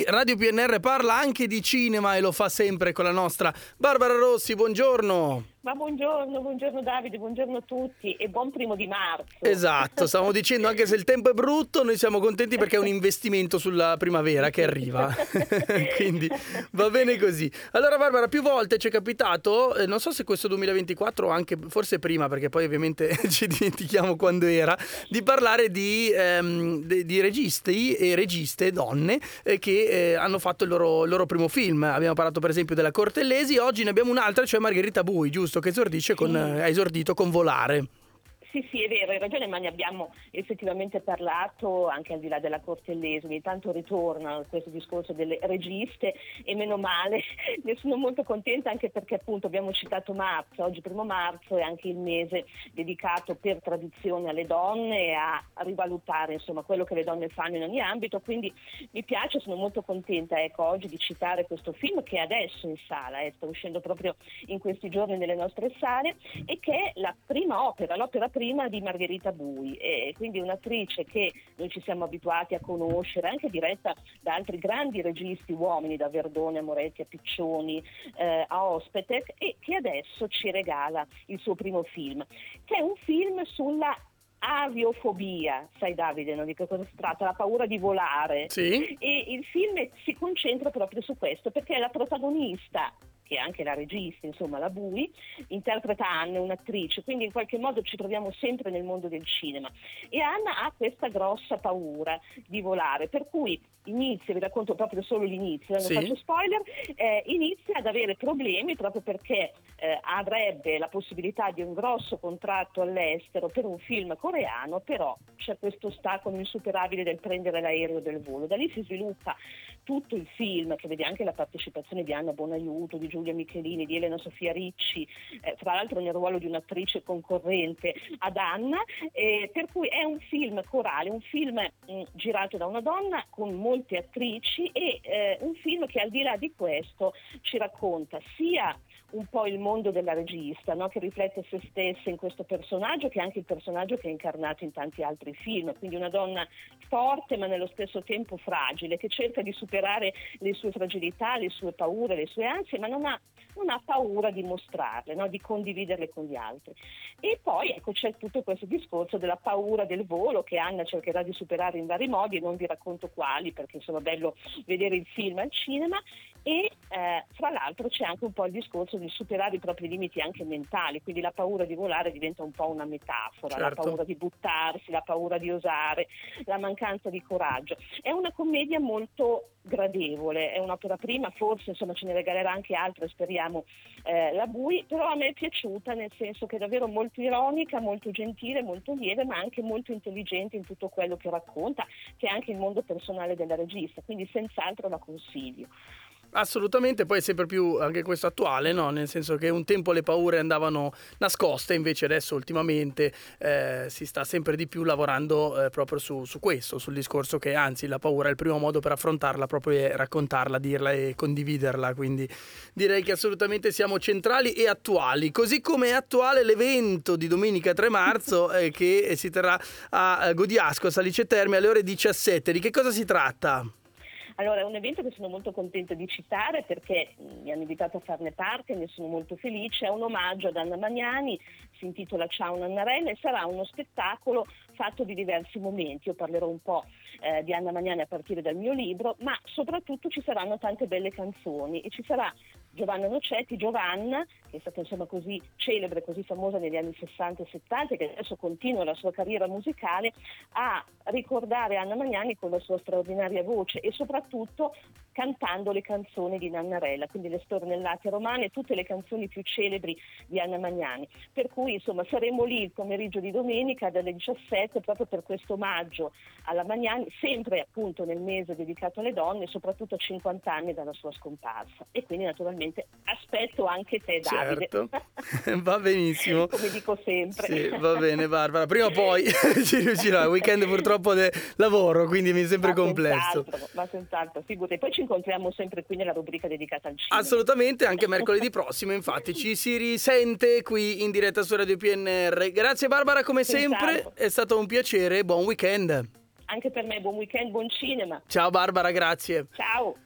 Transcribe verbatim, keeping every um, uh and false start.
Radio P N R parla anche di cinema e lo fa sempre con la nostra Barbara Rossi, buongiorno. Ma buongiorno, buongiorno Davide, buongiorno a tutti e buon primo di marzo. Esatto, stavamo dicendo anche se il tempo è brutto, noi siamo contenti perché è un investimento sulla primavera che arriva, quindi va bene così. Allora Barbara, più volte ci è capitato, eh, non so se questo duemilaventiquattro o anche forse prima, perché poi ovviamente ci dimentichiamo quando era, di parlare di, ehm, di, di registi e registe donne eh, che eh, hanno fatto il loro, il loro primo film. Abbiamo parlato per esempio della Cortellesi, oggi ne abbiamo un'altra, cioè Margherita Bui, giusto? Che esordisce con, ha esordito con Volare. Sì, sì, è vero, hai ragione, ma ne abbiamo effettivamente parlato anche al di là della Cortellesi. Ogni tanto ritorna questo discorso delle registe e meno male, ne sono molto contenta anche perché appunto abbiamo citato marzo, oggi primo marzo è anche il mese dedicato per tradizione alle donne e a rivalutare insomma quello che le donne fanno in ogni ambito, quindi mi piace, sono molto contenta ecco oggi di citare questo film che è adesso in sala, eh, sta uscendo proprio in questi giorni nelle nostre sale e che è la prima opera, l'opera prima prima di Margherita Bui, e quindi un'attrice che noi ci siamo abituati a conoscere, anche diretta da altri grandi registi uomini, da Verdone a Moretti a Piccioni eh, a Ospetek, e che adesso ci regala il suo primo film, che è un film sulla aviofobia, sai Davide, non dico cosa si tratta, la paura di volare. Sì. E il film si concentra proprio su questo, perché la protagonista, che è anche la regista, insomma la Bui, interpreta Anna, un'attrice, quindi in qualche modo ci troviamo sempre nel mondo del cinema. E Anna ha questa grossa paura di volare, per cui inizia, vi racconto proprio solo l'inizio, non sì. faccio spoiler, eh, inizia ad avere problemi proprio perché eh, avrebbe la possibilità di un grosso contratto all'estero per un film coreano, però c'è questo ostacolo insuperabile del prendere l'aereo del volo. Da lì si sviluppa tutto il film, che vede anche la partecipazione di Anna Bonaiuto, di Giulia Michelini, di Elena Sofia Ricci, eh, tra l'altro nel ruolo di un'attrice concorrente ad Anna, eh, per cui è un film corale, un film mh, girato da una donna con molte attrici e eh, un film che al di là di questo ci racconta sia un po' il mondo della regista, no? Che riflette se stessa in questo personaggio, che è anche il personaggio che è incarnato in tanti altri film, quindi una donna forte ma nello stesso tempo fragile, che cerca di superare le sue fragilità, le sue paure, le sue ansie, ma non ha, non ha paura di mostrarle, no? Di condividerle con gli altri. E poi ecco c'è tutto questo discorso della paura del volo che Anna cercherà di superare in vari modi, e non vi racconto quali perché insomma è bello vedere il film al cinema. E eh, fra l'altro c'è anche un po' il discorso di superare i propri limiti anche mentali, quindi la paura di volare diventa un po' una metafora, certo. La paura di buttarsi, la paura di osare, la mancanza di coraggio. È una commedia molto gradevole, è un'opera prima, forse insomma ce ne regalerà anche altre, speriamo, eh, la Bui, però a me è piaciuta nel senso che è davvero molto ironica, molto gentile, molto lieve, ma anche molto intelligente in tutto quello che racconta, che è anche il mondo personale della regista, quindi senz'altro la consiglio. Assolutamente, poi è sempre più anche questo attuale, no? Nel senso che un tempo le paure andavano nascoste, invece adesso ultimamente eh, si sta sempre di più lavorando eh, proprio su, su questo, sul discorso che anzi la paura è il primo modo per affrontarla, proprio è raccontarla, dirla e condividerla, quindi direi che assolutamente siamo centrali e attuali, così come è attuale l'evento di domenica tre marzo eh, che si terrà a Godiasco, a Salice Terme alle ore diciassette. Di che cosa si tratta? Allora, è un evento che sono molto contenta di citare perché mi hanno invitato a farne parte, ne sono molto felice. È un omaggio ad Anna Magnani, si intitola Ciao Nannarella e sarà uno spettacolo fatto di diversi momenti. Io parlerò un po' eh, di Anna Magnani a partire dal mio libro, ma soprattutto ci saranno tante belle canzoni e ci sarà Giovanna Nocetti, Giovanna, che è stata insomma così celebre, così famosa negli anni sessanta e settanta, che adesso continua la sua carriera musicale, a ricordare Anna Magnani con la sua straordinaria voce e soprattutto cantando le canzoni di Nannarella, quindi le stornellate romane, tutte le canzoni più celebri di Anna Magnani. Per cui insomma saremo lì il pomeriggio di domenica dalle diciassette proprio per questo omaggio alla Magnani, sempre appunto nel mese dedicato alle donne, soprattutto a cinquanta anni dalla sua scomparsa. E quindi naturalmente aspetto anche te, Davide. Certo, va benissimo. Come dico sempre. Sì, va bene Barbara, prima o poi ci riuscirà, il weekend purtroppo de- lavoro, quindi mi è sempre ma complesso. Senz'altro, ma senz'altro, figurati. Poi ci incontriamo sempre qui nella rubrica dedicata al cinema. Assolutamente, anche mercoledì prossimo, infatti ci si risente qui in diretta su Radio P N R. Grazie Barbara, come sempre, Senz'altro. è stato un piacere, buon weekend. anche per me buon weekend, buon cinema. Ciao Barbara, grazie. Ciao.